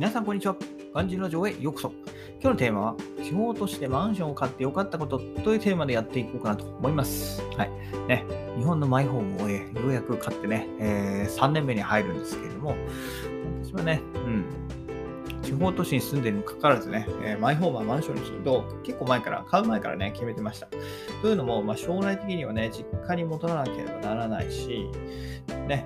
皆さん、こんにちは。ガンジーラジオへようこそ。今日のテーマは、地方都市でマンションを買ってよかったことというテーマでやっていこうかなと思います。はい。ね、日本のマイホームを、ようやく買ってね、3年目に入るんですけれども、私はね、地方都市に住んでいるにもかかわらずね、マイホームはマンションにすると、結構買う前からね、決めてました。というのも、将来的にはね、実家に戻らなければならないし、ね、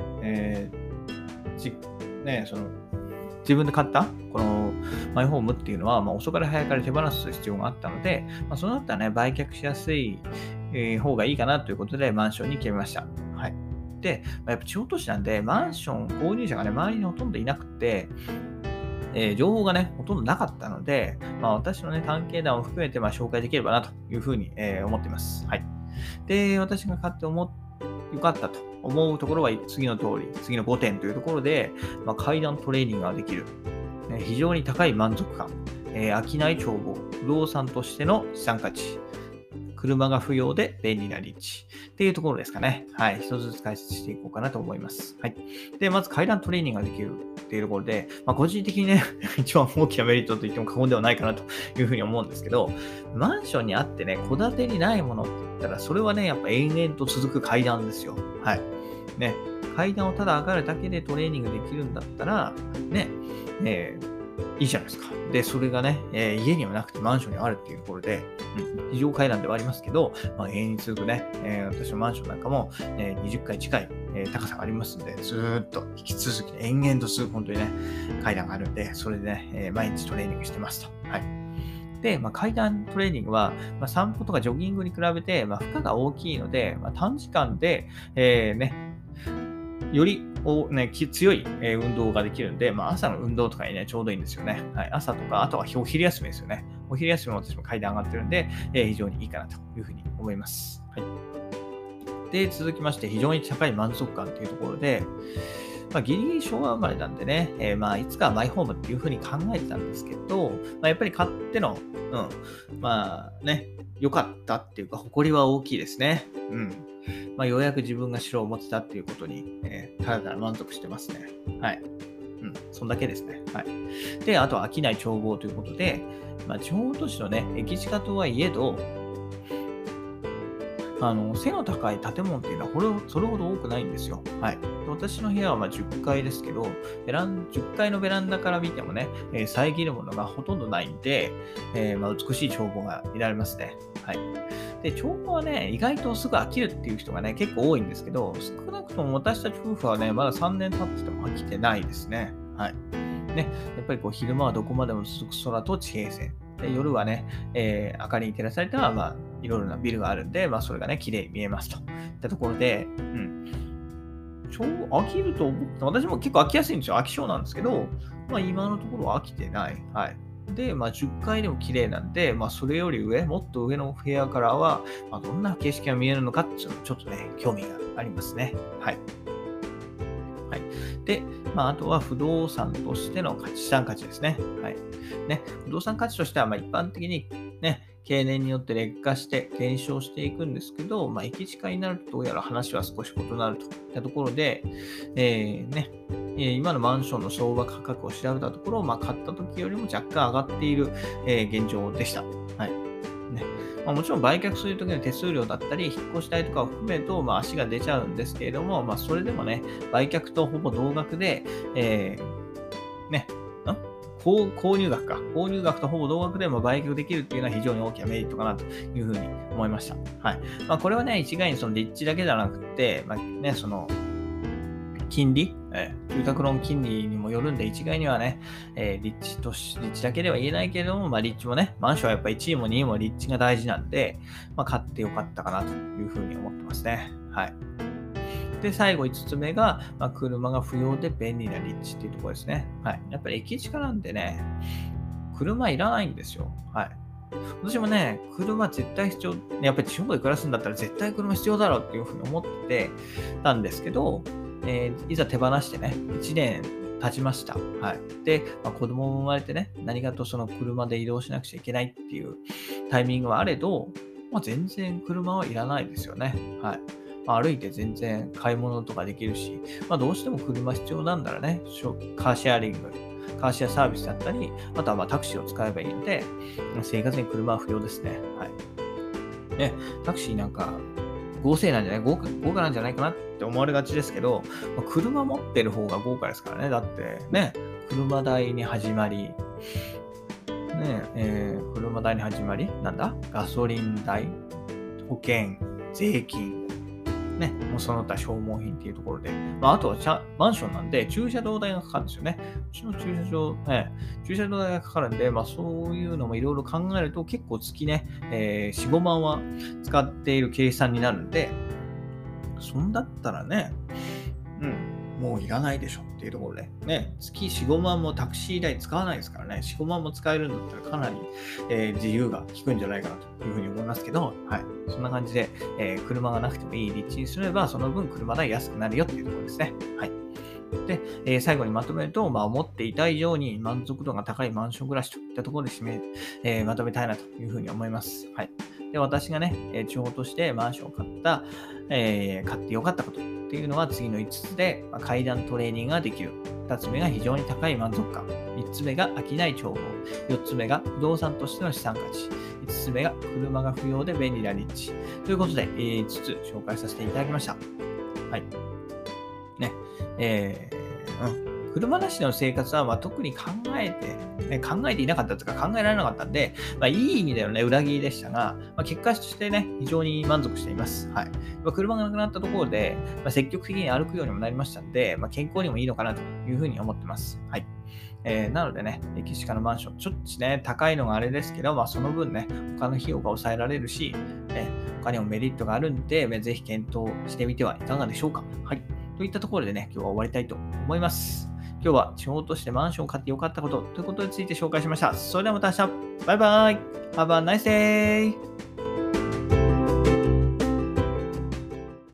自分で買ったこのマイホームっていうのは、遅かれ早かれ手放す必要があったので、そのあったらね、売却しやすい、方がいいかなということで、マンションに決めました。はい。で、やっぱ地方都市なんで、マンション購入者がね、周りにほとんどいなくて、情報がね、ほとんどなかったので、私のね、関係談を含めて、紹介できればなというふうに、思っています。はい。で、私が買ってよかったと思うところは次の5点というところで、階段トレーニングができる。非常に高い満足感。飽きない眺望。不動産としての資産価値。車が不要で便利な立地。っていうところですかね。はい。一つずつ解説していこうかなと思います。はい。で、まず階段トレーニングができるっていうところで、個人的にね、一番大きなメリットと言っても過言ではないかなというふうに思うんですけど、マンションにあってね、戸建てにないものって言ったら、それはね、やっぱ延々と続く階段ですよ。はい。ね。階段をただ上がるだけでトレーニングできるんだったら、ね、いいじゃないですか。で、それがね、家にはなくてマンションにあるっていうところで、非常階段ではありますけど、永遠に続くね、私のマンションなんかも、20階近い、高さがありますので、ずーっと引き続き、延々と続く本当にね、階段があるんで、それでね、毎日トレーニングしてますと。はい。で、階段トレーニングは、散歩とかジョギングに比べて、負荷が大きいので、短時間で、より強い運動ができるんで、朝の運動とかにね、ちょうどいいんですよね。はい、朝とか、あとはお昼休みですよね。お昼休みも私も階段上がってるんで、非常にいいかなというふうに思います。はい。で、続きまして、非常に高い満足感というところで、ギリギリ昭和生まれなんでね、いつかはマイホームっていう風に考えてたんですけど、やっぱり買っての、良かったっていうか、誇りは大きいですね。ようやく自分が城を持てたっていうことに、ただただ満足してますね。はい。そんだけですね。はい。で、あとは飽きない眺望ということで、地方都市のね、駅近とはいえど、背の高い建物っていうのはそれほど多くないんですよ。はい。私の部屋は10階ですけど、10階のベランダから見てもね、遮るものがほとんどないんで、美しい眺望が見られますね。はい。で、眺望はね、意外とすぐ飽きるっていう人がね、結構多いんですけど、少なくとも私たち夫婦はね、まだ3年経ってても飽きてないですね。はい。ね、やっぱり昼間はどこまでも続く空と地平線。で、夜はね、明かりに照らされた、いろいろなビルがあるんで、それがね、綺麗に見えますといったところで、飽きると思って、私も結構飽きやすいんですよ。飽き性なんですけど、今のところは飽きてない。はい。で、10階でも綺麗なんで、それよりもっと上の部屋からは、どんな景色が見えるのかっていうのちょっとね、興味がありますね。はい。はい。で、あとは不動産としての資産価値ですね。はい。ね、不動産価値としては、一般的にね、経年によって劣化して減少していくんですけど、駅近になるとどうやら話は少し異なるといったところで、今のマンションの相場価格を調べたところ、買った時よりも若干上がっている、現状でした。はい。ね。もちろん売却する時の手数料だったり、引っ越し代とかを含めると、足が出ちゃうんですけれども、それでもね、売却とほぼ同額で、購入額とほぼ同額でも売却できるっていうのは非常に大きなメリットかなというふうに思いました。はい。これはね、一概にその立地だけじゃなくて、その、金利、住宅ローン金利にもよるんで、一概にはね、立地だけでは言えないけれども、立地もね、マンションはやっぱり1位も2位も立地が大事なんで、買ってよかったかなというふうに思ってますね。はい。で、最後5つ目が、車が不要で便利な立地っていうところですね。はい。やっぱり駅近なんでね、車いらないんですよ。はい。私もね、車絶対必要、やっぱり地方で暮らすんだったら絶対車必要だろうっていうふうに思ってたんですけど、いざ手放してね、1年経ちました。はい。で、子供も生まれてね、何かとその車で移動しなくちゃいけないっていうタイミングはあれど、全然車はいらないですよね。はい。 歩いて全然買い物とかできるし、どうしても車必要なんだらね、カーシェアリング、カーシェアサービスだったり、あとはタクシーを使えばいいので、生活に車は不要ですね。はい。ね、タクシーなんか、豪華なんじゃないかなって思われがちですけど、車持ってる方が豪華ですからね。だってね、車代に始まり、車代に始まり、ガソリン代、保険、税金、もうその他消耗品っていうところで、あとはマンションなんで駐車場代がかかるんですよね。うちの駐車場代がかかるんで、そういうのもいろいろ考えると結構月ね、4、5万は使っている計算になるんで、そんだったらね、もういらないでしょっていうところで、月4、5万もタクシー代使わないですからね、4、5万も使えるんだったらかなり、自由が利くんじゃないかなというふうに思いますけど、はい。そんな感じで、車がなくてもいい立地にすれば、その分車代安くなるよっていうところですね。はい。で、最後にまとめると、思っていた以上に満足度が高いマンション暮らしといったところでまとめたいなというふうに思います。はい。で、私がね、地方としてマンションを買ってよかったことっていうのは次の5つで、階段トレーニングができる。2つ目が非常に高い満足感。3つ目が飽きない重宝。4つ目が不動産としての資産価値。5つ目が車が不要で便利な立地。ということで、5つ紹介させていただきました。はい。車なしの生活は特に考えていなかったというか考えられなかったんで、いい意味でのね、裏切りでしたが、結果としてね、非常に満足しています。はい。車がなくなったところで、積極的に歩くようにもなりましたんで、健康にもいいのかなというふうに思ってます。はい。なのでね、歴史家のマンション、ちょっとね、高いのがあれですけど、その分ね、他の費用が抑えられるし、他にもメリットがあるんで、ぜひ検討してみてはいかがでしょうか。はい。といったところでね、今日は終わりたいと思います。今日は地方としてマンションを買ってよかったことということについて紹介しました。それではまた明日。バイバイ。Have a nice day.